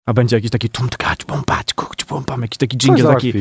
A będzie jakiś taki jakiś taki dżingiel taki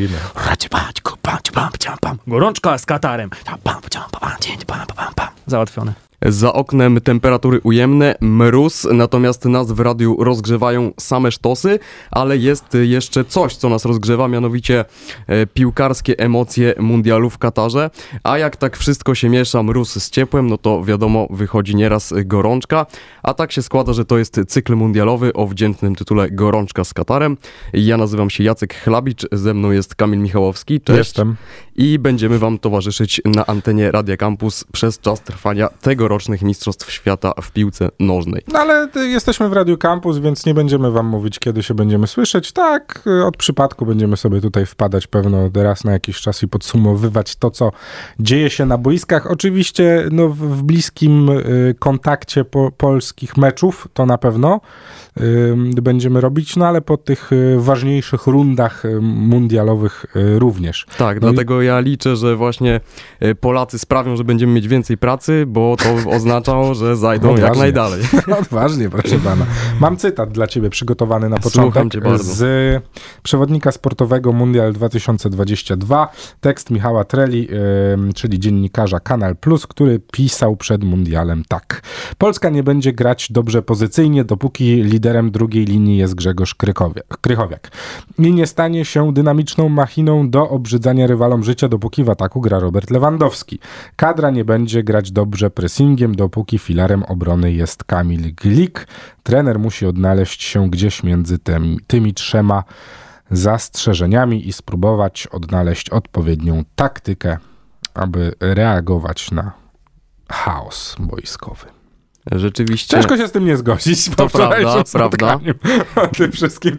gorączka z katarem. Załatwione. Za oknem temperatury ujemne, mróz, natomiast nas w radiu rozgrzewają same sztosy, ale jest jeszcze coś, co nas rozgrzewa, mianowicie piłkarskie emocje mundialu w Katarze, a jak tak wszystko się miesza, mróz z ciepłem, no to wiadomo, wychodzi nieraz gorączka, a tak się składa, że to jest cykl mundialowy o wdzięcznym tytule Gorączka z Katarem. Ja nazywam się Jacek Chlabicz, ze mną jest Kamil Michałowski, cześć. Jestem. I będziemy wam towarzyszyć na antenie Radia Campus przez czas trwania tegorocznych Mistrzostw Świata w piłce nożnej. No ale jesteśmy w Radiu Campus, więc nie będziemy wam mówić, kiedy się będziemy słyszeć. Tak, od przypadku będziemy sobie tutaj wpadać pewno raz na jakiś czas i podsumowywać to, co dzieje się na boiskach. Oczywiście no, w bliskim kontakcie polskich meczów, to na pewno będziemy robić, no ale po tych ważniejszych rundach mundialowych również. Tak, dlatego ja liczę, że właśnie Polacy sprawią, że będziemy mieć więcej pracy, bo to oznacza, że zajdą jak najdalej. Odważnie, proszę pana. Mam cytat dla ciebie przygotowany na początek. Słucham cię bardzo. Z przewodnika sportowego Mundial 2022. Tekst Michała Treli, czyli dziennikarza Kanal Plus, który pisał przed mundialem tak. Polska nie będzie grać dobrze pozycyjnie, dopóki liderem drugiej linii jest Grzegorz Krychowiak. I nie stanie się dynamiczną machiną do obrzydzania rywalom życia, dopóki w ataku gra Robert Lewandowski. Kadra nie będzie grać dobrze pressingiem, dopóki filarem obrony jest Kamil Glik. Trener musi odnaleźć się gdzieś między tymi trzema zastrzeżeniami i spróbować odnaleźć odpowiednią taktykę, aby reagować na chaos boiskowy. Rzeczywiście. Ciężko się z tym nie zgodzić. To prawda. O tym wszystkim,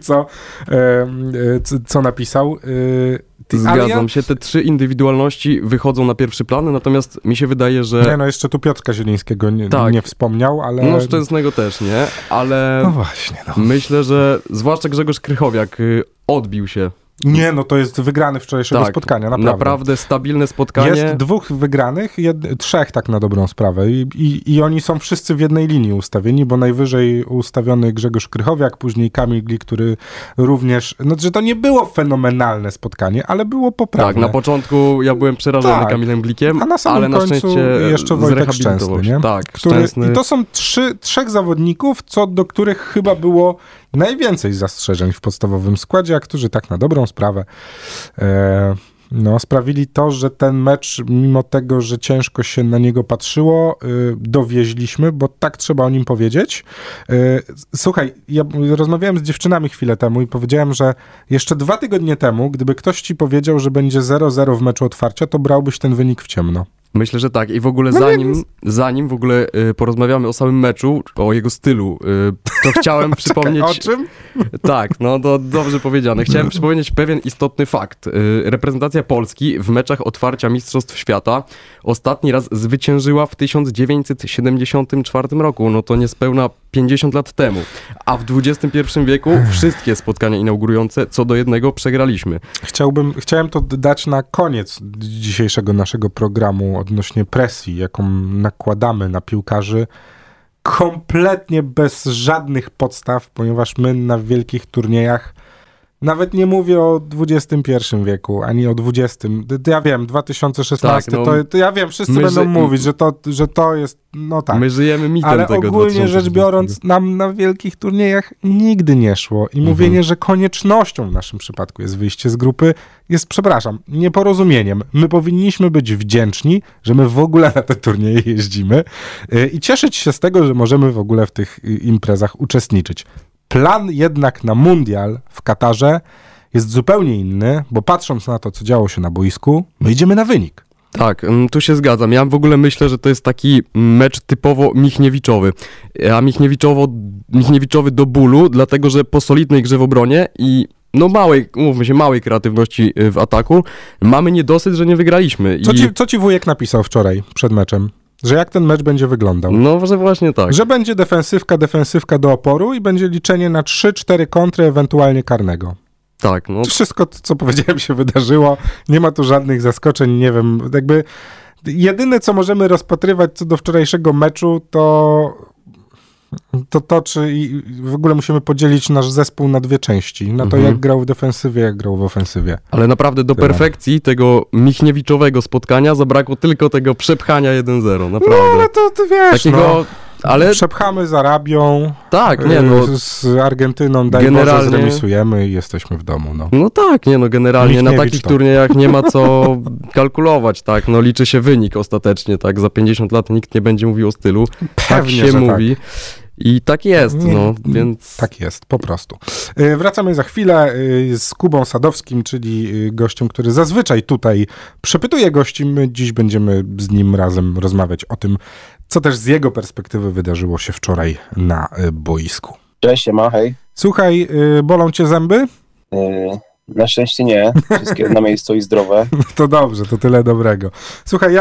co napisał. Zgadzam się. Te trzy indywidualności wychodzą na pierwszy plan, natomiast mi się wydaje, że... Nie, no jeszcze tu Piotrka Zielińskiego nie wspomniał, ale... No Szczęsnego też nie, ale... No właśnie, no. Myślę, że zwłaszcza Grzegorz Krychowiak odbił się. Nie, no to jest wygrany wczorajszego spotkania, naprawdę. Naprawdę stabilne spotkanie. Jest dwóch wygranych, trzech tak na dobrą sprawę i oni są wszyscy w jednej linii ustawieni, bo najwyżej ustawiony Grzegorz Krychowiak, później Kamil Glik, który również, no że to nie było fenomenalne spotkanie, ale było poprawne. Tak, na początku ja byłem przerażony Kamilem Glikiem, a na samym ale na końcu szczęście jeszcze Wojtek Szczęsny, nie? Tak, Szczęsny. I to są trzech zawodników, do których chyba było najwięcej zastrzeżeń w podstawowym składzie, a którzy tak na dobrą sprawę sprawili to, że ten mecz, mimo tego, że ciężko się na niego patrzyło, dowieźliśmy, bo tak trzeba o nim powiedzieć. Słuchaj, ja rozmawiałem z dziewczynami chwilę temu i powiedziałem, że jeszcze 2 tygodnie temu, gdyby ktoś ci powiedział, że będzie 0-0 w meczu otwarcia, to brałbyś ten wynik w ciemno. Myślę, że tak. I w ogóle zanim w ogóle porozmawiamy o samym meczu, o jego stylu, to chciałem przypomnieć... O czym? Tak, no to dobrze powiedziane. Chciałem przypomnieć pewien istotny fakt. Reprezentacja Polski w meczach otwarcia Mistrzostw Świata ostatni raz zwyciężyła w 1974 roku. No to niespełna 50 lat temu. A w XXI wieku wszystkie spotkania inaugurujące co do jednego przegraliśmy. Chciałem to dać na koniec dzisiejszego naszego programu odnośnie presji, jaką nakładamy na piłkarzy, kompletnie bez żadnych podstaw, ponieważ my na wielkich turniejach, nawet nie mówię o XXI wieku, ani o XX. Ja wiem, 2016, tak, to ja wiem, wszyscy będą mówić, że to jest, no tak. My żyjemy mitem ale tego. Ale ogólnie rzecz biorąc, nam na wielkich turniejach nigdy nie szło. I mówienie, że koniecznością w naszym przypadku jest wyjście z grupy, jest, przepraszam, nieporozumieniem. My powinniśmy być wdzięczni, że my w ogóle na te turnieje jeździmy i cieszyć się z tego, że możemy w ogóle w tych imprezach uczestniczyć. Plan jednak na mundial w Katarze jest zupełnie inny, bo patrząc na to, co działo się na boisku, my idziemy na wynik. Tak, tu się zgadzam. Ja w ogóle myślę, że to jest taki mecz typowo Michniewiczowy. A Michniewiczowy do bólu, dlatego że po solidnej grze w obronie i małej kreatywności w ataku mamy niedosyt, że nie wygraliśmy. Co ci wujek napisał wczoraj przed meczem? Że jak ten mecz będzie wyglądał. No, że właśnie tak. Że będzie defensywka do oporu i będzie liczenie na 3-4 kontry, ewentualnie karnego. Tak, no. Wszystko, co powiedziałem, się wydarzyło. Nie ma tu żadnych zaskoczeń, nie wiem, jakby jedyne, co możemy rozpatrywać co do wczorajszego meczu, to To toczy i w ogóle musimy podzielić nasz zespół na dwie części. Na to, jak grał w defensywie, jak grał w ofensywie. Ale naprawdę do perfekcji tego michniewiczowego spotkania zabrakło tylko tego przepchania 1-0, naprawdę. No, ale to ty wiesz, Takiego, ale przepchamy z Arabią, tak, nie no, z Argentyną, daj generalnie- Boże, zremisujemy i jesteśmy w domu, no. no tak, nie no, generalnie na Michniewicz takich to. turniejach nie ma co kalkulować, tak, no liczy się wynik ostatecznie, tak, za 50 lat nikt nie będzie mówił o stylu, tak Pewnie, się że mówi. I tak jest, Nie, no, więc... Tak jest, po prostu. Wracamy za chwilę z Kubą Sadowskim, czyli gościem, który zazwyczaj tutaj przepytuje gości. My dziś będziemy z nim razem rozmawiać o tym, co też z jego perspektywy wydarzyło się wczoraj na boisku. Cześć, siema, hej. Słuchaj, bolą cię zęby? Na szczęście nie, wszystkie na miejscu i zdrowe. To dobrze, to tyle dobrego. Słuchaj,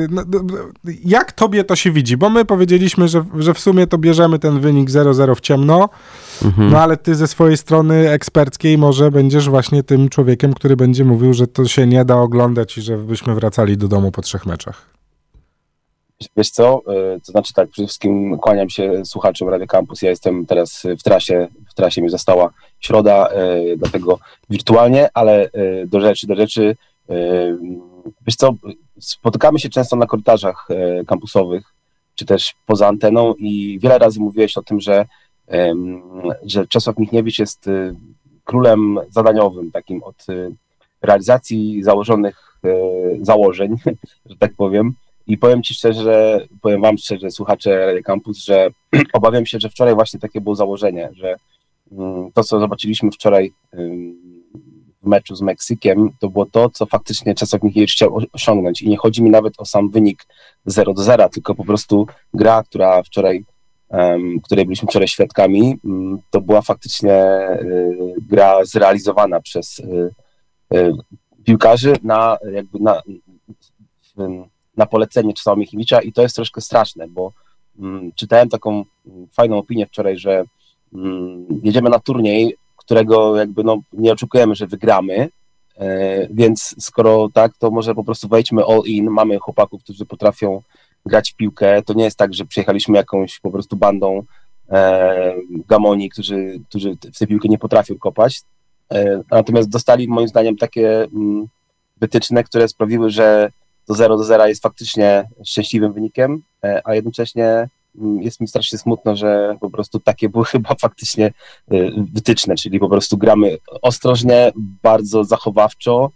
jak tobie to się widzi? Bo my powiedzieliśmy, że w sumie to bierzemy ten wynik 0-0 w ciemno, no ale ty ze swojej strony eksperckiej może będziesz właśnie tym człowiekiem, który będzie mówił, że to się nie da oglądać i że byśmy wracali do domu po 3 meczach. Wiesz co, to znaczy tak, przede wszystkim kłaniam się słuchaczom Radio Campus, ja jestem teraz w trasie mi została środa, dlatego wirtualnie, ale do rzeczy, wiesz co, spotykamy się często na korytarzach kampusowych, czy też poza anteną i wiele razy mówiłeś o tym, że Czesław Michniewicz jest królem zadaniowym, takim od realizacji założonych założeń, że tak powiem. I powiem wam szczerze, słuchacze Radio Campus, że obawiam się, że wczoraj właśnie takie było założenie, że to, co zobaczyliśmy wczoraj w meczu z Meksykiem, to było to, co faktycznie Czesław Michniewicz chciał osiągnąć. I nie chodzi mi nawet o sam wynik 0-0, tylko po prostu gra, której byliśmy wczoraj świadkami, to była faktycznie gra zrealizowana przez piłkarzy na polecenie Czesława Michniewicza i to jest troszkę straszne, bo czytałem taką fajną opinię wczoraj, że jedziemy na turniej, którego nie oczekujemy, że wygramy, więc skoro tak, to może po prostu wejdźmy all in, mamy chłopaków, którzy potrafią grać w piłkę, to nie jest tak, że przyjechaliśmy jakąś po prostu bandą gamoni, którzy w tę piłkę nie potrafią kopać, natomiast dostali moim zdaniem takie wytyczne, które sprawiły, że to 0-0 jest faktycznie szczęśliwym wynikiem, a jednocześnie jest mi strasznie smutno, że po prostu takie były chyba faktycznie wytyczne, czyli po prostu gramy ostrożnie, bardzo zachowawczo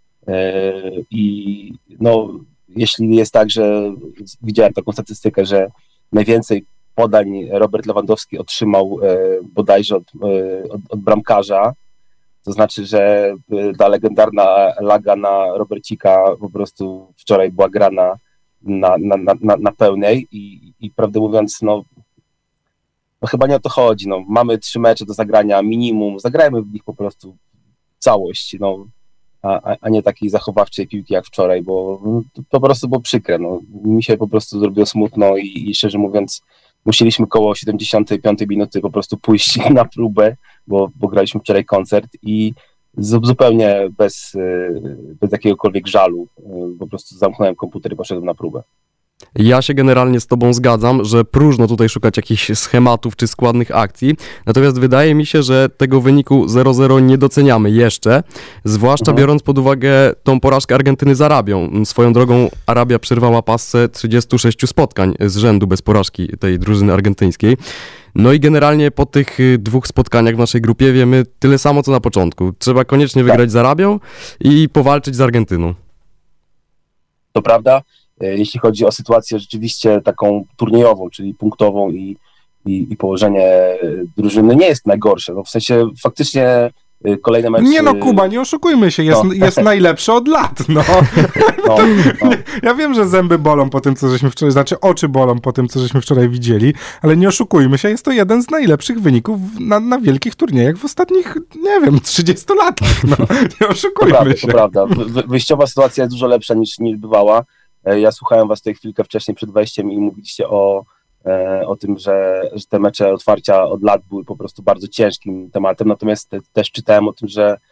i no, jeśli jest tak, że widziałem taką statystykę, że najwięcej podań Robert Lewandowski otrzymał bodajże od bramkarza, to znaczy, że ta legendarna laga na Robercika po prostu wczoraj była grana na pełnej i prawdę mówiąc, no chyba nie o to chodzi. No, mamy 3 mecze do zagrania minimum, zagrajmy w nich po prostu całość, no, a nie takiej zachowawczej piłki jak wczoraj, bo to po prostu było przykre. No. Mi się po prostu zrobiło smutno i szczerze mówiąc musieliśmy koło 75 minuty po prostu pójść na próbę, bo graliśmy wczoraj koncert i zupełnie bez jakiegokolwiek żalu po prostu zamknąłem komputer i poszedłem na próbę. Ja się generalnie z tobą zgadzam, że próżno tutaj szukać jakichś schematów czy składnych akcji, natomiast wydaje mi się, że tego wyniku 0-0 nie doceniamy jeszcze, zwłaszcza biorąc pod uwagę tą porażkę Argentyny z Arabią. Swoją drogą Arabia przerwała pasce 36 spotkań z rzędu bez porażki tej drużyny argentyńskiej. No i generalnie po tych 2 spotkaniach w naszej grupie wiemy tyle samo, co na początku. Trzeba koniecznie wygrać z Arabią i powalczyć z Argentyną. To prawda, jeśli chodzi o sytuację rzeczywiście taką turniejową, czyli punktową i położenie drużyny nie jest najgorsze. No, w sensie faktycznie kolejne mecze... Nie no, Kuba, nie oszukujmy się, jest najlepszy od lat, no. No. Ja wiem, że zęby bolą po tym, co żeśmy wczoraj, znaczy oczy bolą po tym, co żeśmy wczoraj widzieli, ale nie oszukujmy się, jest to jeden z najlepszych wyników na wielkich turniejach w ostatnich, nie wiem, 30 latach, no. Nie oszukujmy się. To prawda. Wyjściowa sytuacja jest dużo lepsza niż bywała. Ja słuchałem was tutaj chwilkę wcześniej przed wejściem i mówiliście o tym, że te mecze otwarcia od lat były po prostu bardzo ciężkim tematem, natomiast też czytałem o tym, że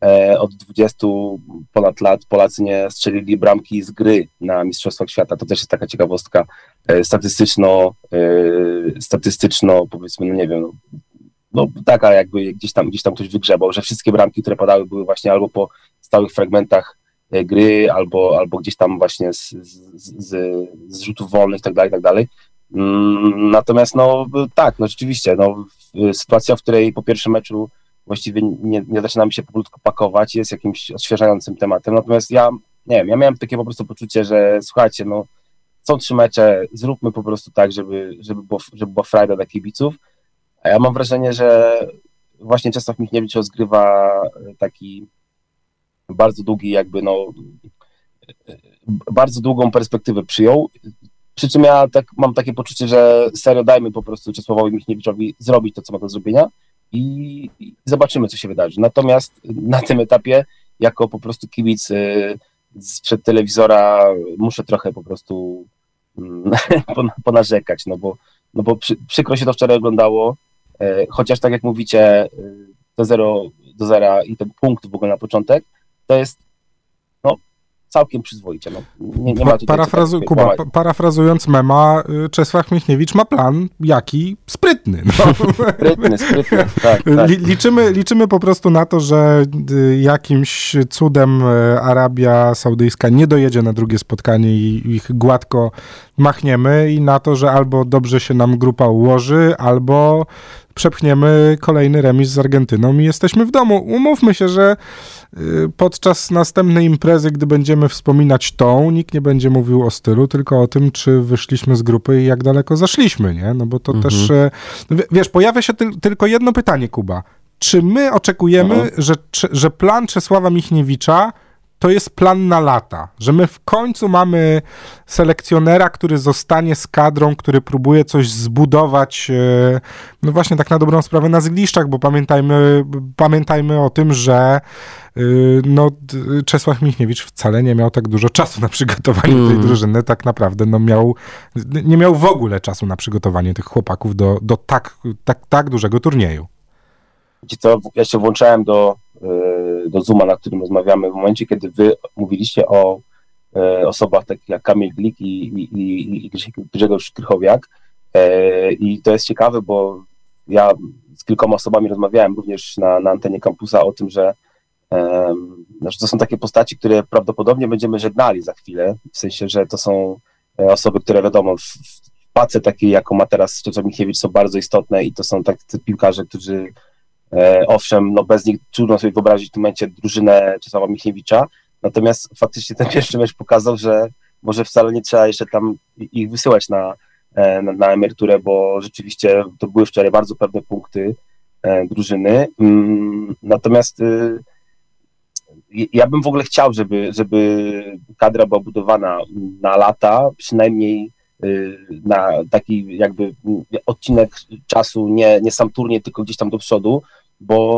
od 20 ponad lat Polacy nie strzelili bramki z gry na Mistrzostwach Świata. To też jest taka ciekawostka statystyczno powiedzmy, no nie wiem, no taka jakby gdzieś tam ktoś wygrzebał, że wszystkie bramki, które padały, były właśnie albo po stałych fragmentach gry, albo gdzieś tam właśnie z rzutów wolnych, tak dalej. Natomiast no tak, no rzeczywiście, no sytuacja, w której po pierwszym meczu właściwie nie zaczynamy się powolutku pakować, jest jakimś odświeżającym tematem, natomiast ja miałem takie po prostu poczucie, że słuchajcie, no są 3 mecze, zróbmy po prostu tak, żeby była frajda dla kibiców, a ja mam wrażenie, że właśnie Czesław Michniewicz rozgrywa taki bardzo długi jakby, no bardzo długą perspektywę przyjął, przy czym ja mam takie poczucie, że serio dajmy po prostu Czesławowi Michniewiczowi zrobić to, co ma do zrobienia i zobaczymy, co się wydarzy. Natomiast na tym etapie, jako po prostu kibic sprzed telewizora, muszę trochę po prostu ponarzekać, no bo przykro się to wczoraj oglądało, chociaż tak jak mówicie, to 0-0 i ten punkt w ogóle na początek, to jest całkiem przyzwoicie. No. Nie ma tutaj parafrazując mema, Czesław Michniewicz ma plan jaki? Sprytny. No. Sprytny, tak. Liczymy po prostu na to, że jakimś cudem Arabia Saudyjska nie dojedzie na drugie spotkanie i ich gładko machniemy i na to, że albo dobrze się nam grupa ułoży, albo przepchniemy kolejny remis z Argentyną i jesteśmy w domu. Umówmy się, że podczas następnej imprezy, gdy będziemy wspominać tą, nikt nie będzie mówił o stylu, tylko o tym, czy wyszliśmy z grupy i jak daleko zaszliśmy, nie? No bo to też, wiesz, pojawia się tylko jedno pytanie, Kuba. Czy my oczekujemy, że plan Czesława Michniewicza to jest plan na lata, że my w końcu mamy selekcjonera, który zostanie z kadrą, który próbuje coś zbudować, no właśnie tak na dobrą sprawę na Zgliszczach, bo pamiętajmy o tym, że no, Czesław Michniewicz wcale nie miał tak dużo czasu na przygotowanie tej drużyny, tak naprawdę no nie miał w ogóle czasu na przygotowanie tych chłopaków do tak dużego turnieju. Wiecie co, ja się włączałem do Zooma, na którym rozmawiamy, w momencie, kiedy wy mówiliście o osobach takich jak Kamil Glik i Grzegorz Krychowiak. I to jest ciekawe, bo ja z kilkoma osobami rozmawiałem również na antenie kampusa o tym, że to są takie postaci, które prawdopodobnie będziemy żegnali za chwilę, w sensie, że to są osoby, które wiadomo, w pace takiej, jaką ma teraz Czesław Michniewicz, są bardzo istotne i to są tacy piłkarze, którzy owszem, no bez nich trudno sobie wyobrazić w tym momencie drużynę Czesława Michniewicza, natomiast faktycznie ten pierwszy mecz pokazał, że może wcale nie trzeba jeszcze tam ich wysyłać na emeryturę, bo rzeczywiście to były wczoraj bardzo pewne punkty drużyny. Natomiast ja bym w ogóle chciał, żeby kadra była budowana na lata, przynajmniej na taki jakby odcinek czasu, nie sam turniej, tylko gdzieś tam do przodu, bo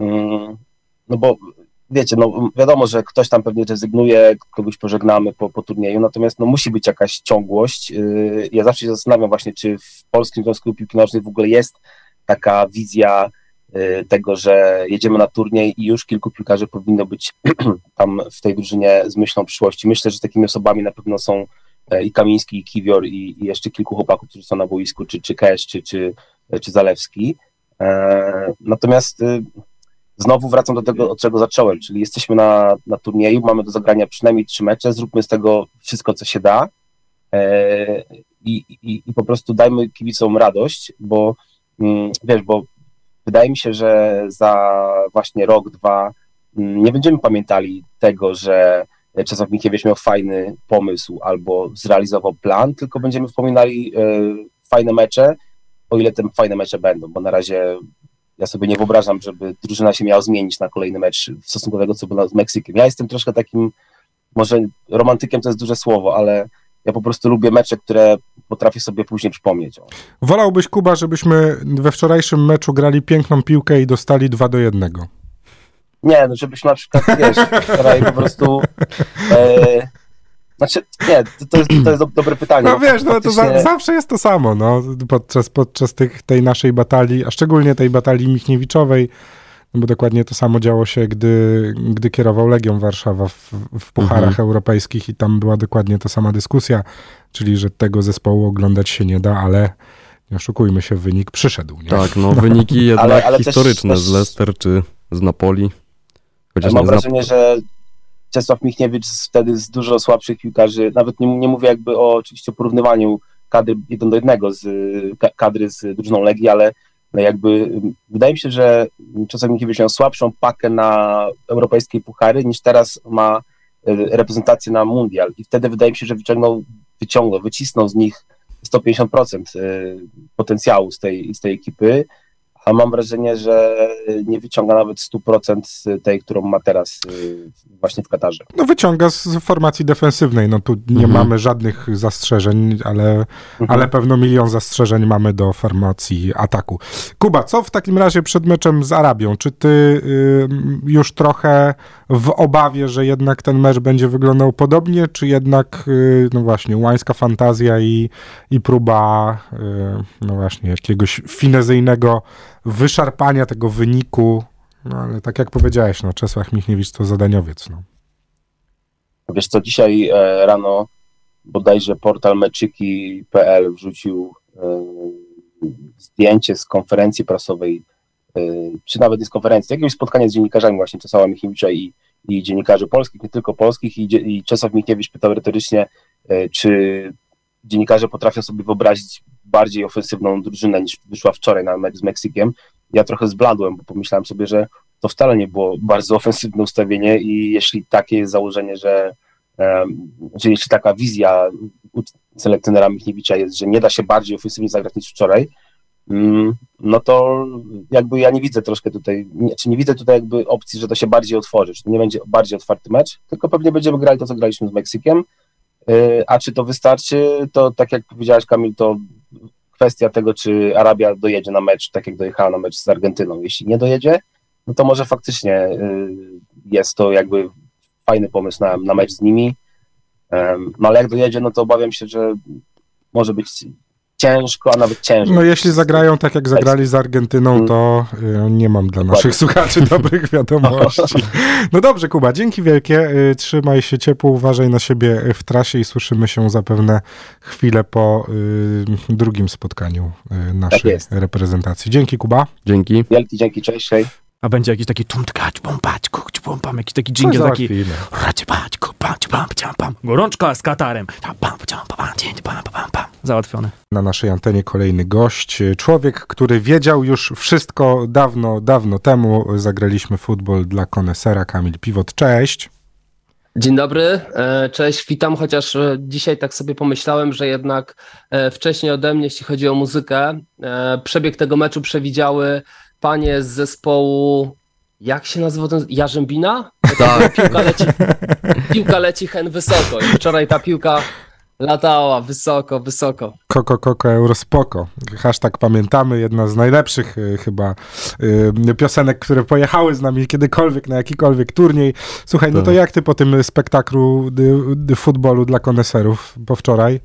wiecie, no wiadomo, że ktoś tam pewnie rezygnuje, kogoś pożegnamy po turnieju, natomiast no musi być jakaś ciągłość. Ja zawsze się zastanawiam właśnie, czy w Polskim Związku Piłki Nożnej w ogóle jest taka wizja tego, że jedziemy na turniej i już kilku piłkarzy powinno być tam w tej drużynie z myślą przyszłości. Myślę, że takimi osobami na pewno są i Kamiński, i Kiwior, i jeszcze kilku chłopaków, którzy są na boisku, czy Kesz, czy Zalewski. Natomiast znowu wracam do tego, od czego zacząłem, czyli jesteśmy na turnieju, mamy do zagrania przynajmniej 3 mecze, zróbmy z tego wszystko, co się da i po prostu dajmy kibicom radość, bo wiesz, bo wydaje mi się, że za właśnie rok, 2 nie będziemy pamiętali tego, że Czesław Michniewicz miał fajny pomysł albo zrealizował plan, tylko będziemy wspominali fajne mecze, o ile te fajne mecze będą, bo na razie ja sobie nie wyobrażam, żeby drużyna się miała zmienić na kolejny mecz w stosunku do tego, co było z Meksykiem. Ja jestem troszkę takim, może romantykiem to jest duże słowo, ale ja po prostu lubię mecze, które potrafię sobie później przypomnieć. Wolałbyś, Kuba, żebyśmy we wczorajszym meczu grali piękną piłkę i dostali 2-1? Nie, no żebyśmy na przykład, wiesz, wczoraj po prostu... Znaczy, nie, to jest dobre pytanie. No wiesz, no to zawsze jest to samo, no, podczas tej naszej batalii, a szczególnie tej batalii Michniewiczowej, no bo dokładnie to samo działo się, gdy kierował Legią Warszawa w pucharach europejskich i tam była dokładnie ta sama dyskusja, czyli że tego zespołu oglądać się nie da, ale nie oszukujmy się, wynik przyszedł. Nie? Tak, no wyniki jednak ale historyczne też- z Leicester czy z Napoli. Chociaż Mam nie z wrażenie, że Czesław Michniewicz wtedy z dużo słabszych piłkarzy, nawet nie mówię jakby o oczywiście porównywaniu kadry 1-1 z kadry z drużyną Legii, ale jakby wydaje mi się, że Czesław Michniewicz miał słabszą pakę na europejskie puchary niż teraz ma reprezentację na mundial i wtedy wydaje mi się, że wycisnął z nich 150% potencjału z tej ekipy, a mam wrażenie, że nie wyciąga nawet 100% tej, którą ma teraz właśnie w Katarze. No wyciąga z formacji defensywnej, no tu nie mamy żadnych zastrzeżeń, ale pewno milion zastrzeżeń mamy do formacji ataku. Kuba, co w takim razie przed meczem z Arabią? Czy ty już trochę w obawie, że jednak ten mecz będzie wyglądał podobnie, czy jednak no właśnie łańska fantazja i próba no właśnie jakiegoś finezyjnego wyszarpania tego wyniku, no ale tak jak powiedziałeś, no Czesław Michniewicz to zadaniowiec, no. Wiesz co, dzisiaj rano bodajże portal meczyki.pl wrzucił zdjęcie z konferencji prasowej, czy nawet nie z konferencji, jakiegoś spotkania z dziennikarzami właśnie Czesława Michniewicza i dziennikarzy polskich, nie tylko polskich i Czesław Michniewicz pytał retorycznie, czy dziennikarze potrafią sobie wyobrazić bardziej ofensywną drużynę niż wyszła wczoraj na mecz z Meksykiem. Ja trochę zbladłem, bo pomyślałem sobie, że to wcale nie było bardzo ofensywne ustawienie i jeśli takie jest założenie, że jeśli taka wizja u selekcjonera Michniewicza jest, że nie da się bardziej ofensywnie zagrać niż wczoraj, no to jakby ja nie widzę troszkę tutaj, nie widzę tutaj jakby opcji, że to się bardziej otworzy, że to nie będzie bardziej otwarty mecz, tylko pewnie będziemy grali to, co graliśmy z Meksykiem, a czy to wystarczy, to tak jak powiedziałeś, Kamil, to kwestia tego, czy Arabia dojedzie na mecz, tak jak dojechała na mecz z Argentyną. Jeśli nie dojedzie, no to może faktycznie jest to jakby fajny pomysł na mecz z nimi, no ale jak dojedzie, no to obawiam się, że może być ciężko, a nawet ciężej. No jeśli zagrają tak jak zagrali z Argentyną, to nie mam dla naszych słuchaczy dobrych wiadomości. No dobrze, Kuba, dzięki wielkie. Trzymaj się ciepło, uważaj na siebie w trasie i słyszymy się zapewne chwilę po drugim spotkaniu naszej reprezentacji. Dzięki, Kuba. Dzięki. Wielki dzięki, cześć, hej. A będzie jakiś taki tumtkać, pompać, kukć, pompam, jakiś taki dżingiel taki... Gorączka z Katarem. Załatwione. Na naszej antenie kolejny gość. Człowiek, który wiedział już wszystko dawno temu. Zagraliśmy futbol dla konesera. Kamil Piwot, cześć. Dzień dobry, cześć, witam, chociaż dzisiaj tak sobie pomyślałem, że jednak wcześniej ode mnie, jeśli chodzi o muzykę, przebieg tego meczu przewidziały panie z zespołu, jak się nazywa ten, Jarzębina? Tak. Piłka leci hen wysoko i wczoraj ta piłka latała wysoko. Koko, Eurospoko. Hashtag pamiętamy, jedna z najlepszych chyba piosenek, które pojechały z nami kiedykolwiek na jakikolwiek turniej. Słuchaj, no to jak ty po tym spektaklu futbolu dla koneserów po wczoraj?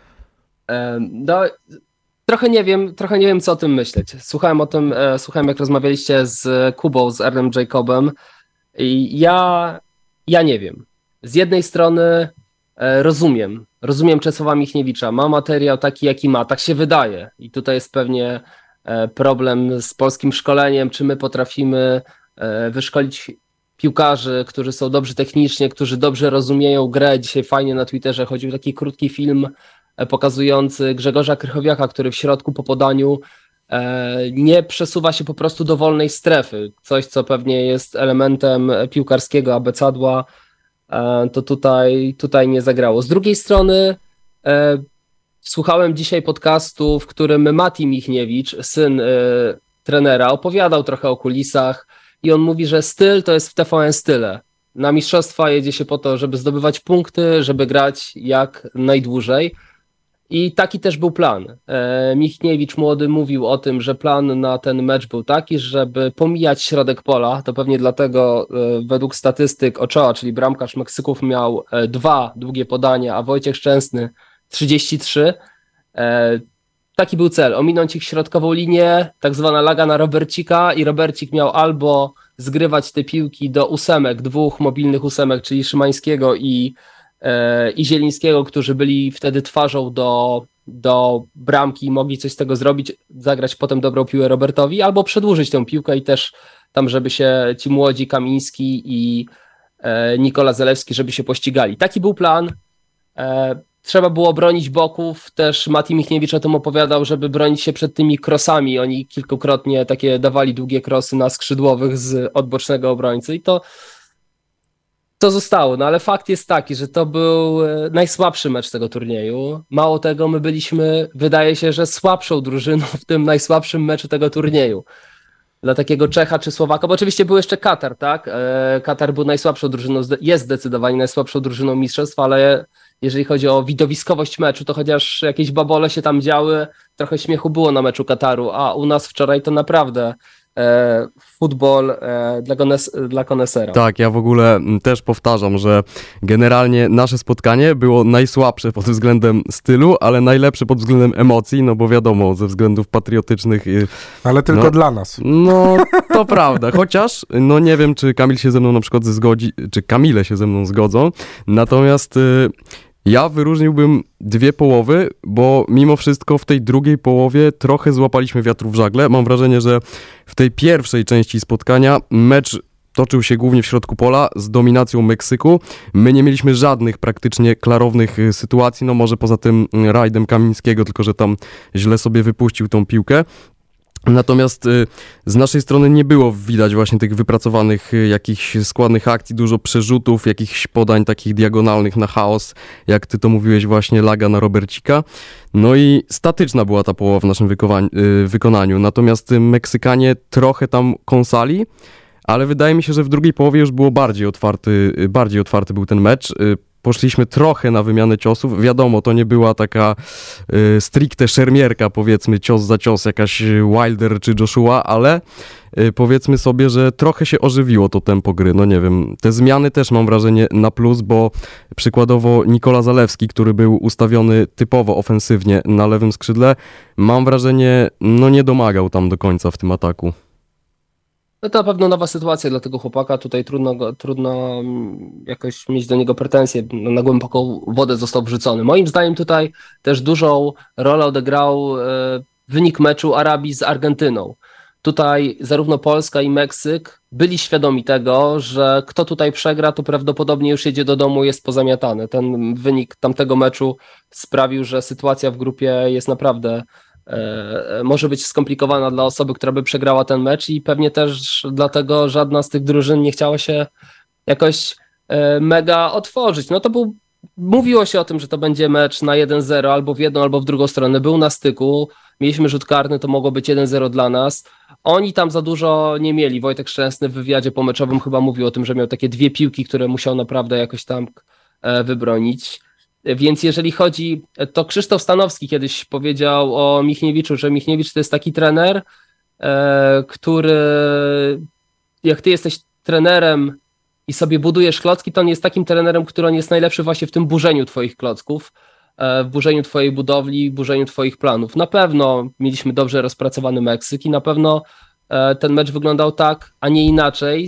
No, trochę nie wiem, co o tym myśleć. Słuchałem jak rozmawialiście z Kubą, z Ernem Jacobem i ja nie wiem. Z jednej strony rozumiem Czesława Michniewicza, ma materiał taki, jaki ma, tak się wydaje i tutaj jest pewnie problem z polskim szkoleniem, czy my potrafimy wyszkolić piłkarzy, którzy są dobrzy technicznie, którzy dobrze rozumieją grę. Dzisiaj fajnie na Twitterze chodził taki krótki film pokazujący Grzegorza Krychowiaka, który w środku po podaniu nie przesuwa się po prostu do wolnej strefy. Coś, co pewnie jest elementem piłkarskiego abecadła, to tutaj nie zagrało. Z drugiej strony słuchałem dzisiaj podcastu, w którym Mati Michniewicz, syn trenera, opowiadał trochę o kulisach i on mówi, że styl to jest w TVN style. Na mistrzostwa jedzie się po to, żeby zdobywać punkty, żeby grać jak najdłużej. I taki też był plan. Michniewicz młody mówił o tym, że plan na ten mecz był taki, żeby pomijać środek pola. To pewnie dlatego według statystyk Ochoa, czyli bramkarz Meksyków, miał 2 długie podania, a Wojciech Szczęsny 33. Taki był cel, ominąć ich środkową linię, tak zwana laga na Robercika i Robercik miał albo zgrywać te piłki do ósemek, 2 mobilnych ósemek, czyli Szymańskiego i Zielińskiego, którzy byli wtedy twarzą do bramki i mogli coś z tego zrobić, zagrać potem dobrą piłę Robertowi, albo przedłużyć tę piłkę i też tam, żeby się ci młodzi Kamiński i Nikola Zalewski, żeby się pościgali. Taki był plan. Trzeba było bronić boków, też Mati Michniewicz o tym opowiadał, żeby bronić się przed tymi krosami. Oni kilkukrotnie takie dawali długie krosy na skrzydłowych z odbocznego obrońcy i to zostało, no ale fakt jest taki, że to był najsłabszy mecz tego turnieju. Mało tego, my byliśmy, wydaje się, że słabszą drużyną w tym najsłabszym meczu tego turnieju. Dla takiego Czecha czy Słowaka, bo oczywiście był jeszcze Katar, tak? Katar był najsłabszą drużyną, jest zdecydowanie najsłabszą drużyną mistrzostwa, ale jeżeli chodzi o widowiskowość meczu, to chociaż jakieś babole się tam działy, trochę śmiechu było na meczu Kataru, a u nas wczoraj to naprawdę futbol dla konesera. Tak, ja w ogóle też powtarzam, że generalnie nasze spotkanie było najsłabsze pod względem stylu, ale najlepsze pod względem emocji, no bo wiadomo, ze względów patriotycznych. Ale tylko dla nas. No, to prawda, chociaż, no nie wiem, czy Kamil się ze mną na przykład czy Kamile się ze mną zgodzą, natomiast ja wyróżniłbym 2 połowy, bo mimo wszystko w tej drugiej połowie trochę złapaliśmy wiatru w żagle. Mam wrażenie, że w tej pierwszej części spotkania mecz toczył się głównie w środku pola z dominacją Meksyku. My nie mieliśmy żadnych praktycznie klarownych sytuacji, no może poza tym rajdem Kamińskiego, tylko że tam źle sobie wypuścił tą piłkę. Natomiast z naszej strony nie było widać właśnie tych wypracowanych jakichś składnych akcji, dużo przerzutów, jakichś podań takich diagonalnych na chaos, jak ty to mówiłeś właśnie, laga na Robercika. No i statyczna była ta połowa w naszym wykonaniu. Natomiast Meksykanie trochę tam kąsali, ale wydaje mi się, że w drugiej połowie już było bardziej otwarty był ten mecz. Poszliśmy trochę na wymianę ciosów. Wiadomo, to nie była taka stricte szermierka, powiedzmy, cios za cios, jakaś Wilder czy Joshua, ale powiedzmy sobie, że trochę się ożywiło to tempo gry. No nie wiem, te zmiany też mam wrażenie na plus, bo przykładowo Nikola Zalewski, który był ustawiony typowo ofensywnie na lewym skrzydle, mam wrażenie, no nie domagał tam do końca w tym ataku. No to na pewno nowa sytuacja dla tego chłopaka, tutaj trudno jakoś mieć do niego pretensje, na głęboką wodę został wrzucony. Moim zdaniem tutaj też dużą rolę odegrał wynik meczu Arabii z Argentyną. Tutaj zarówno Polska i Meksyk byli świadomi tego, że kto tutaj przegra, to prawdopodobnie już jedzie do domu, jest pozamiatany. Ten wynik tamtego meczu sprawił, że sytuacja w grupie jest naprawdę może być skomplikowana dla osoby, która by przegrała ten mecz i pewnie też dlatego żadna z tych drużyn nie chciała się jakoś mega otworzyć. No to mówiło się o tym, że to będzie mecz na 1-0 albo w jedną, albo w drugą stronę. Był na styku, mieliśmy rzut karny, to mogło być 1-0 dla nas. Oni tam za dużo nie mieli. Wojtek Szczęsny w wywiadzie pomeczowym chyba mówił o tym, że miał takie 2 piłki, które musiał naprawdę jakoś tam wybronić. Więc jeżeli chodzi, to Krzysztof Stanowski kiedyś powiedział o Michniewiczu, że Michniewicz to jest taki trener, który jak ty jesteś trenerem i sobie budujesz klocki, to on jest takim trenerem, który on jest najlepszy właśnie w tym burzeniu twoich klocków, w burzeniu twojej budowli, burzeniu twoich planów. Na pewno mieliśmy dobrze rozpracowany Meksyk i na pewno ten mecz wyglądał tak, a nie inaczej,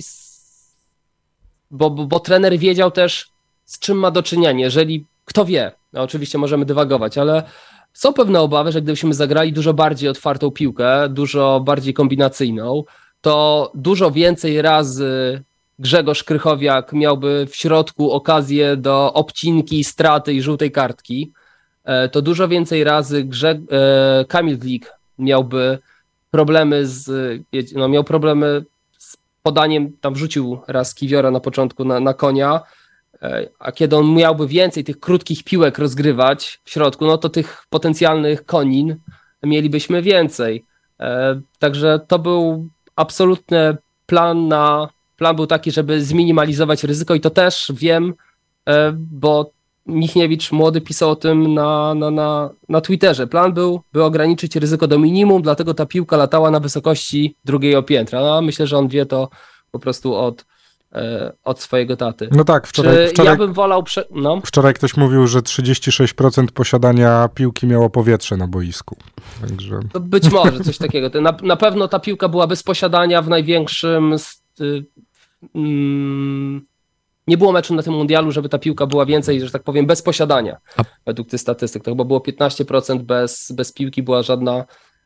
bo trener wiedział też, z czym ma do czynienia. Jeżeli kto wie, no oczywiście możemy dywagować, ale są pewne obawy, że gdybyśmy zagrali dużo bardziej otwartą piłkę, dużo bardziej kombinacyjną, to dużo więcej razy Grzegorz Krychowiak miałby w środku okazję do obcinki, straty i żółtej kartki, to dużo więcej razy Kamil Glik miałby problemy miał problemy z podaniem, tam wrzucił raz Kiwiora na początku na konia, a kiedy on miałby więcej tych krótkich piłek rozgrywać w środku, no to tych potencjalnych konin mielibyśmy więcej. Także to był absolutny plan był taki, żeby zminimalizować ryzyko i to też wiem, bo Michniewicz młody pisał o tym na Twitterze. Plan był, by ograniczyć ryzyko do minimum, dlatego ta piłka latała na wysokości drugiego piętra. No, myślę, że on wie to po prostu od swojego taty. No tak, wczoraj ja bym wolał... Wczoraj ktoś mówił, że 36% posiadania piłki miało powietrze na boisku. Także... To być może coś takiego. Na pewno ta piłka była bez posiadania w największym nie było meczu na tym mundialu, żeby ta piłka była więcej, że tak powiem, bez posiadania. Według tych statystyk. To chyba było 15% bez piłki, była żadna,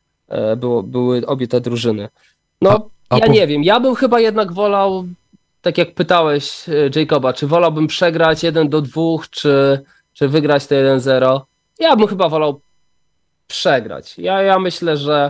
były obie te drużyny. No, nie wiem, ja bym chyba jednak wolał, tak jak pytałeś Jacoba, czy wolałbym przegrać 1-2, czy wygrać to 1-0. Ja bym chyba wolał przegrać. Ja myślę, że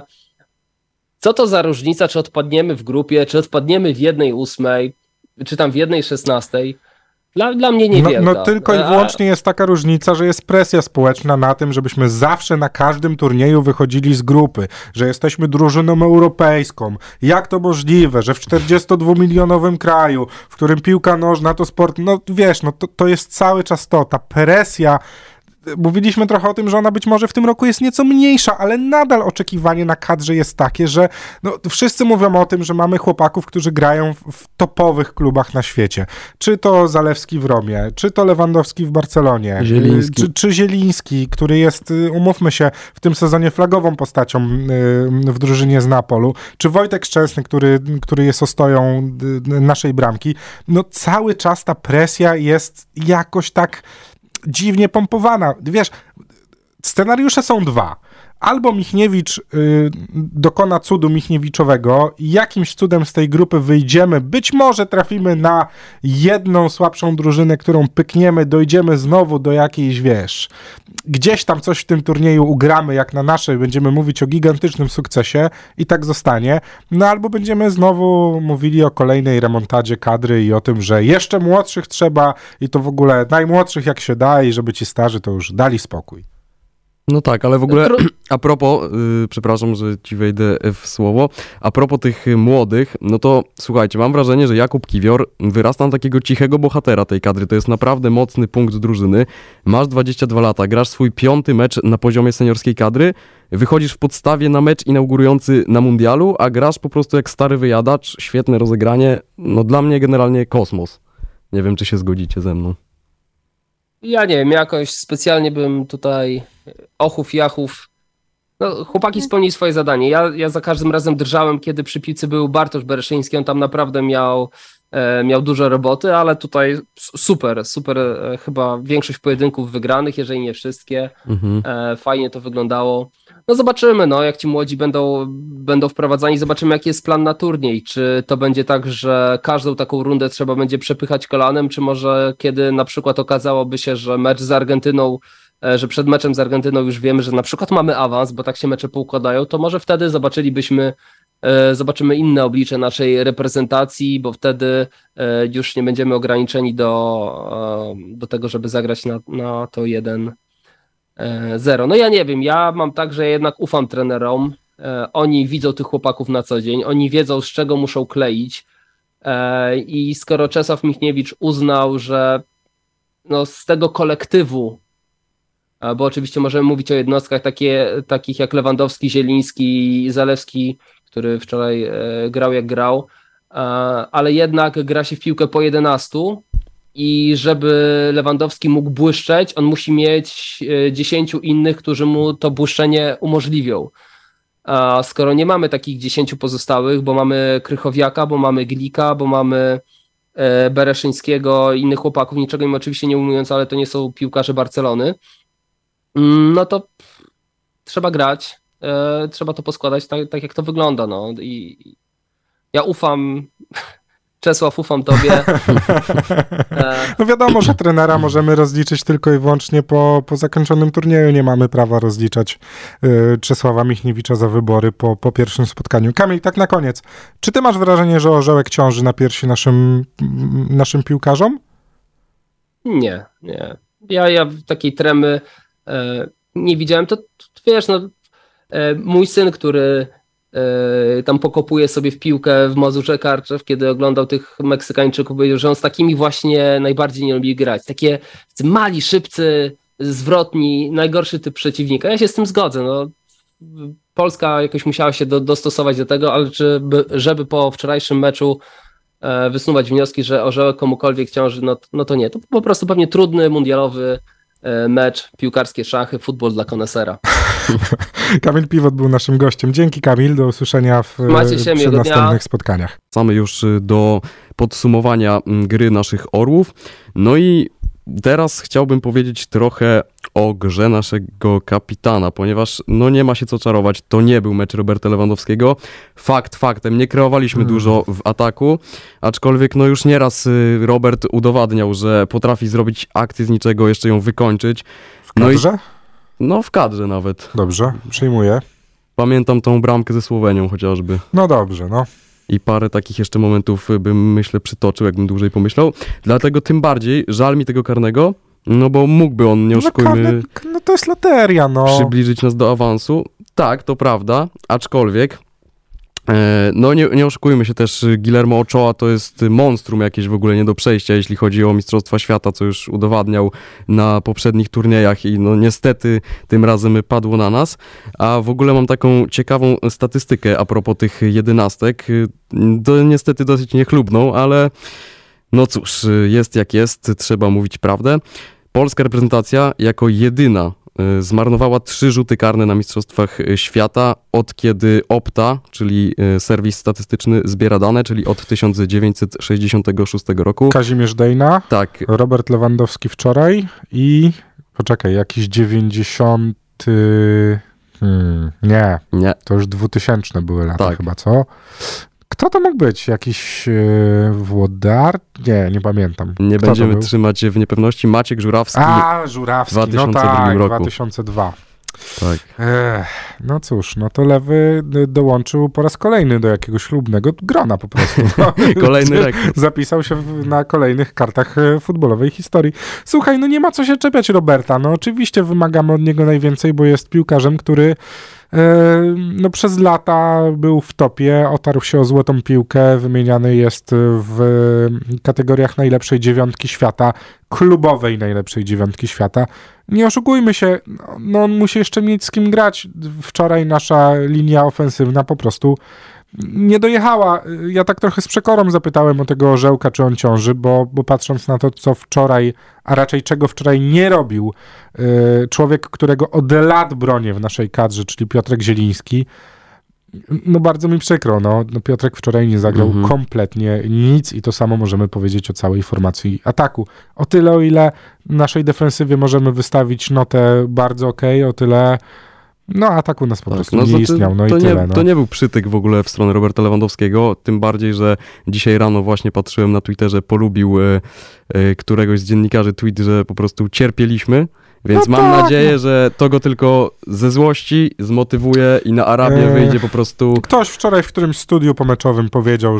co to za różnica, czy odpadniemy w grupie, czy odpadniemy w 1/8, czy tam w 1/16. Dla mnie niewielka. No tylko i wyłącznie jest taka różnica, że jest presja społeczna na tym, żebyśmy zawsze na każdym turnieju wychodzili z grupy, że jesteśmy drużyną europejską. Jak to możliwe, że w 42-milionowym kraju, w którym piłka nożna to sport, no wiesz, no to jest cały czas ta presja. Mówiliśmy trochę o tym, że ona być może w tym roku jest nieco mniejsza, ale nadal oczekiwanie na kadrze jest takie, że no, wszyscy mówią o tym, że mamy chłopaków, którzy grają w topowych klubach na świecie. Czy to Zalewski w Romie, czy to Lewandowski w Barcelonie, Zieliński. Czy Zieliński, który jest, umówmy się, w tym sezonie flagową postacią w drużynie z Neapolu, czy Wojtek Szczęsny, który jest ostoją naszej bramki. No cały czas ta presja jest jakoś tak dziwnie pompowana. Wiesz, scenariusze są dwa. Albo Michniewicz dokona cudu Michniewiczowego i jakimś cudem z tej grupy wyjdziemy, być może trafimy na jedną słabszą drużynę, którą pykniemy, dojdziemy znowu do jakiejś, wiesz, gdzieś tam coś w tym turnieju ugramy, jak na naszej, będziemy mówić o gigantycznym sukcesie i tak zostanie, no albo będziemy znowu mówili o kolejnej remontadzie kadry i o tym, że jeszcze młodszych trzeba i to w ogóle najmłodszych jak się da i żeby ci starzy to już dali spokój. No tak, ale w ogóle a propos, przepraszam, że ci wejdę w słowo, a propos tych młodych, no to słuchajcie, mam wrażenie, że Jakub Kiwior wyrasta na takiego cichego bohatera tej kadry, to jest naprawdę mocny punkt drużyny, masz 22 lata, grasz swój 5. mecz na poziomie seniorskiej kadry, wychodzisz w podstawie na mecz inaugurujący na mundialu, a grasz po prostu jak stary wyjadacz, świetne rozegranie, no dla mnie generalnie kosmos. Nie wiem, czy się zgodzicie ze mną. Ja nie wiem, jakoś specjalnie bym tutaj ochów, jachów. No, chłopaki spełnili swoje zadanie. Ja za każdym razem drżałem, kiedy przy piłce był Bartosz Bereszyński. On tam naprawdę miał dużo roboty, ale tutaj super. Chyba większość pojedynków wygranych, jeżeli nie wszystkie. Fajnie to wyglądało. No zobaczymy, jak ci młodzi będą wprowadzani. Zobaczymy, jaki jest plan na turniej. Czy to będzie tak, że każdą taką rundę trzeba będzie przepychać kolanem, czy może kiedy na przykład okazałoby się, że mecz z Argentyną, że przed meczem z Argentyną już wiemy, że na przykład mamy awans, bo tak się mecze poukładają, to może wtedy zobaczymy inne oblicze naszej reprezentacji, bo wtedy już nie będziemy ograniczeni do tego, żeby zagrać na to 1-0. No ja nie wiem, ja mam tak, że jednak ufam trenerom. Oni widzą tych chłopaków na co dzień, oni wiedzą, z czego muszą kleić i skoro Czesław Michniewicz uznał, że z tego kolektywu, bo oczywiście możemy mówić o jednostkach takich jak Lewandowski, Zieliński, Zalewski, który wczoraj grał jak grał, ale jednak gra się w piłkę po 11 i żeby Lewandowski mógł błyszczeć, on musi mieć 10 innych, którzy mu to błyszczenie umożliwią. A skoro nie mamy takich 10 pozostałych, bo mamy Krychowiaka, bo mamy Glika, bo mamy Bereszyńskiego i innych chłopaków, niczego im oczywiście nie ujmując, ale to nie są piłkarze Barcelony, no to trzeba grać, trzeba to poskładać tak jak to wygląda. I ja ufam, Czesław, ufam tobie. No wiadomo, że trenera możemy rozliczyć tylko i wyłącznie po zakończonym turnieju. Nie mamy prawa rozliczać Czesława Michniewicza za wybory po pierwszym spotkaniu. Kamil, tak na koniec. Czy ty masz wrażenie, że orzełek ciąży na piersi naszym piłkarzom? Nie. Ja takiej tremy nie widziałem. To wiesz, mój syn, który tam pokopuje sobie w piłkę w Mazurze Karczew, kiedy oglądał tych Meksykańczyków, powiedział, że on z takimi właśnie najbardziej nie lubi grać. Takie mali, szybcy, zwrotni, najgorszy typ przeciwnika. Ja się z tym zgodzę. Polska jakoś musiała się dostosować do tego, ale żeby po wczorajszym meczu wysnuwać wnioski, że orzełek komukolwiek ciąży, no to nie. To po prostu pewnie trudny, mundialowy mecz, piłkarskie szachy, futbol dla konesera. Kamil Piwot był naszym gościem. Dzięki, Kamil, do usłyszenia Macie się, przy miłego następnych dnia. spotkaniach. Wracamy już do podsumowania gry naszych Orłów. No i teraz chciałbym powiedzieć trochę o grze naszego kapitana, ponieważ no nie ma się co czarować, to nie był mecz Roberta Lewandowskiego. Fakt faktem, nie kreowaliśmy dużo w ataku, aczkolwiek no już nieraz Robert udowadniał, że potrafi zrobić akcję z niczego, jeszcze ją wykończyć. W kadrze? No w kadrze nawet. Dobrze, przyjmuję. Pamiętam tą bramkę ze Słowenią chociażby. No dobrze, no. I parę takich jeszcze momentów bym, myślę, przytoczył, jakbym dłużej pomyślał. Dlatego tym bardziej żal mi tego karnego, no bo mógłby on, nie oszukujmy, No to jest loteria, no. przybliżyć nas do awansu. Tak, to prawda, aczkolwiek no nie oszukujmy się też, Guillermo Ochoa to jest monstrum jakieś w ogóle nie do przejścia, jeśli chodzi o Mistrzostwa Świata, co już udowadniał na poprzednich turniejach i no niestety tym razem padło na nas. A w ogóle mam taką ciekawą statystykę a propos tych jedenastek, to niestety dosyć niechlubną, ale no cóż, jest jak jest, trzeba mówić prawdę. Polska reprezentacja jako jedyna zmarnowała 3 rzuty karne na Mistrzostwach Świata, od kiedy Opta, czyli serwis statystyczny, zbiera dane, czyli od 1966 roku. Kazimierz Dejna, Tak, Robert Lewandowski wczoraj i... Poczekaj, jakiś 90... nie, To już 2000 były lata Tak. chyba, co? Kto to mógł być? Jakiś Włodar? Nie pamiętam. nie Kto będziemy to był? trzymać się w niepewności. Maciek Żurawski, Żurawski, w 2002 roku. 2002. tak. No cóż, no to Lewy dołączył po raz kolejny do jakiegoś ślubnego grona po prostu. No. Kolejny rekord. Zapisał się na kolejnych kartach futbolowej historii. Słuchaj, no nie ma co się czepiać Roberta. No oczywiście wymagamy od niego najwięcej, bo jest piłkarzem, który no przez lata był w topie, otarł się o złotą piłkę, wymieniany jest w kategoriach najlepszej dziewiątki świata, klubowej najlepszej dziewiątki świata. Nie oszukujmy się, no on musi jeszcze mieć z kim grać. Wczoraj nasza linia ofensywna po prostu nie dojechała. Ja tak trochę z przekorą zapytałem o tego Orzełka, czy on ciąży, bo patrząc na to, co wczoraj, a raczej czego wczoraj nie robił człowiek, którego od lat bronię w naszej kadrze, czyli Piotrek Zieliński, no bardzo mi przykro, no Piotrek wczoraj nie zagrał kompletnie nic i to samo możemy powiedzieć o całej formacji ataku. O tyle, o ile naszej defensywie możemy wystawić notę bardzo okej, o tyle no ataku nas po prostu nie istniał, no i tyle. No. To nie był przytyk w ogóle w stronę Roberta Lewandowskiego, tym bardziej, że dzisiaj rano właśnie patrzyłem na Twitterze, polubił któregoś z dziennikarzy tweet, że po prostu cierpieliśmy, więc No mam tak, nadzieję, że to go tylko ze złości zmotywuje i na Arabię wyjdzie po prostu... Ktoś wczoraj w którymś studiu pomeczowym powiedział,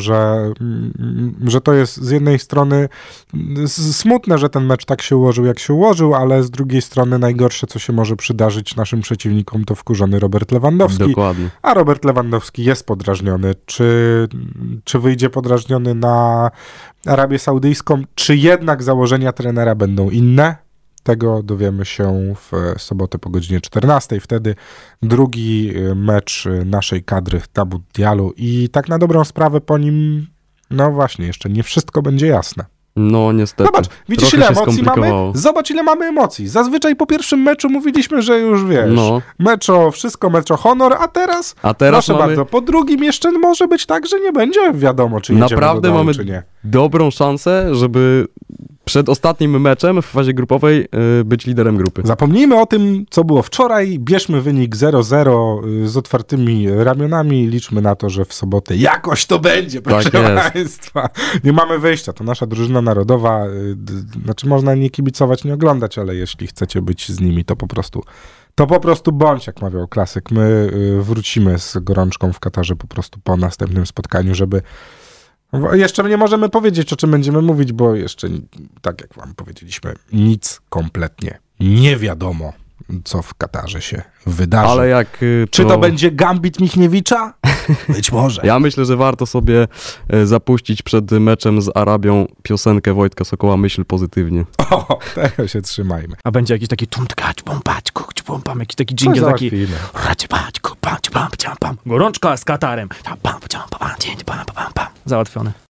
że to jest z jednej strony smutne, że ten mecz tak się ułożył, jak się ułożył, ale z drugiej strony najgorsze, co się może przydarzyć naszym przeciwnikom, to wkurzony Robert Lewandowski. Dokładnie. A Robert Lewandowski jest podrażniony. Czy wyjdzie podrażniony na Arabię Saudyjską, czy jednak założenia trenera będą inne? Tego dowiemy się w sobotę po godzinie 14. Wtedy drugi mecz naszej kadry na mundialu i tak na dobrą sprawę po nim, no właśnie, jeszcze nie wszystko będzie jasne. No niestety. Zobacz, widzisz Trochę ile się emocji mamy? skomplikowało. Zobacz ile mamy emocji. Zazwyczaj po pierwszym meczu mówiliśmy, że już wiesz, No. mecz o wszystko, mecz o honor, a teraz proszę mamy bardzo, po drugim jeszcze może być tak, że nie będzie wiadomo, czy jedziemy naprawdę do dołu, mamy czy nie. dobrą szansę, żeby przed ostatnim meczem w fazie grupowej być liderem grupy. Zapomnijmy o tym, co było wczoraj, bierzmy wynik 0-0 z otwartymi ramionami, liczmy na to, że w sobotę jakoś to będzie, proszę jest. Państwa. Nie mamy wyjścia, to nasza drużyna narodowa, znaczy można nie kibicować, nie oglądać, ale jeśli chcecie być z nimi, to po prostu bądź, jak mawiał klasyk. My wrócimy z gorączką w Katarze po prostu po następnym spotkaniu, żeby... Jeszcze nie możemy powiedzieć, o czym będziemy mówić, bo jeszcze, tak jak wam powiedzieliśmy, nic kompletnie nie wiadomo, co w Katarze się wydarzy. Ale jak Czy to będzie Gambit Michniewicza? Być może. Ja myślę, że warto sobie zapuścić przed meczem z Arabią piosenkę Wojtka Sokoła Myśl pozytywnie. O, tego się trzymajmy. A będzie jakiś taki tumtkać, pompać, kuć, pompam, jakiś taki Coś dżingiel taki... załatwimy. Racipać, kupać, pam, pam, pam. Gorączka z Katarem. Załatwione.